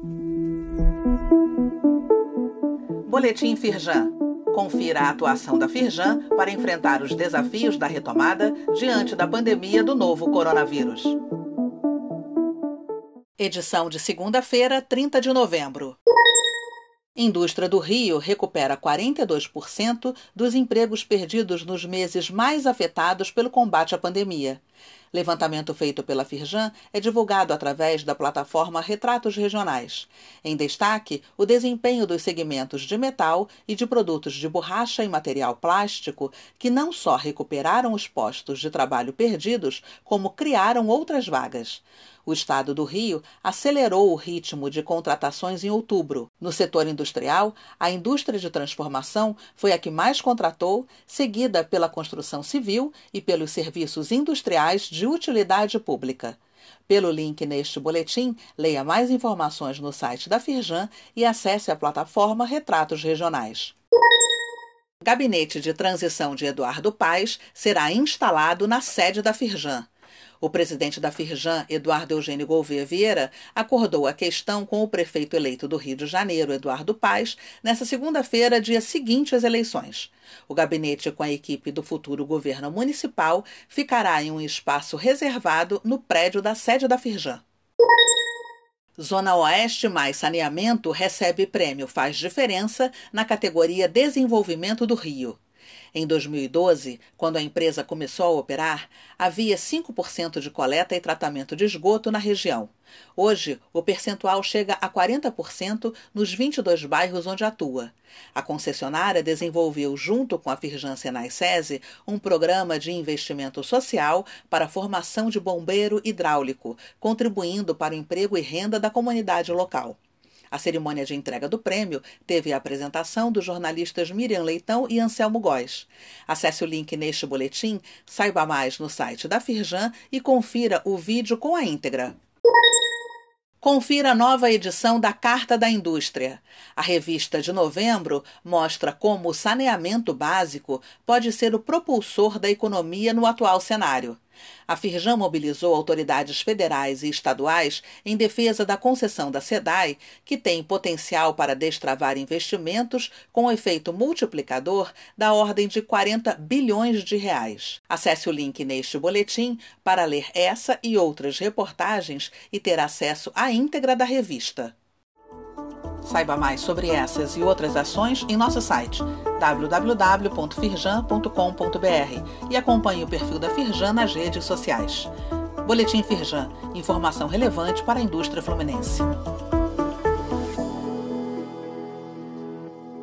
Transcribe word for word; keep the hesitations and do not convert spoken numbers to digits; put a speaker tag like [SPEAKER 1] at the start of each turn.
[SPEAKER 1] Boletim Firjan. Confira a atuação da Firjan para enfrentar os desafios da retomada diante da pandemia do novo coronavírus. Edição de segunda-feira, trinta de novembro. Indústria do Rio recupera quarenta e dois por cento dos empregos perdidos nos meses mais afetados pelo combate à pandemia. Levantamento feito pela Firjan é divulgado através da plataforma Retratos Regionais. Em destaque, o desempenho dos segmentos de metal e de produtos de borracha e material plástico, que não só recuperaram os postos de trabalho perdidos, como criaram outras vagas. O Estado do Rio acelerou o ritmo de contratações em outubro. No setor industrial, a indústria de transformação foi a que mais contratou, seguida pela construção civil e pelos serviços industriais de utilidade pública. Pelo link neste boletim, leia mais informações no site da Firjan e acesse a plataforma Retratos Regionais. Gabinete de Transição de Eduardo Paes será instalado na sede da Firjan. O presidente da Firjan, Eduardo Eugênio Gouveia Vieira, acordou a questão com o prefeito eleito do Rio de Janeiro, Eduardo Paes, nesta segunda-feira, dia seguinte às eleições. O gabinete com a equipe do futuro governo municipal ficará em um espaço reservado no prédio da sede da Firjan. Zona Oeste mais Saneamento recebe prêmio Faz Diferença na categoria Desenvolvimento do Rio. Em dois mil e doze, quando a empresa começou a operar, havia cinco por cento de coleta e tratamento de esgoto na região. Hoje, o percentual chega a quarenta por cento nos vinte e dois bairros onde atua. A concessionária desenvolveu, junto com a Firjan Senai SESI, um programa de investimento social para a formação de bombeiro hidráulico, contribuindo para o emprego e renda da comunidade local. A cerimônia de entrega do prêmio teve a apresentação dos jornalistas Miriam Leitão e Anselmo Góes. Acesse o link neste boletim, saiba mais no site da Firjan e confira o vídeo com a íntegra. Confira a nova edição da Carta da Indústria. A revista de novembro mostra como o saneamento básico pode ser o propulsor da economia no atual cenário. A Firjan mobilizou autoridades federais e estaduais em defesa da concessão da SEDAI, que tem potencial para destravar investimentos com efeito multiplicador da ordem de quarenta bilhões de reais. Acesse o link neste boletim para ler essa e outras reportagens e ter acesso à íntegra da revista. Saiba mais sobre essas e outras ações em nosso site w w w ponto firjan ponto com ponto b r e acompanhe o perfil da Firjan nas redes sociais. Boletim Firjan, informação relevante para a indústria fluminense.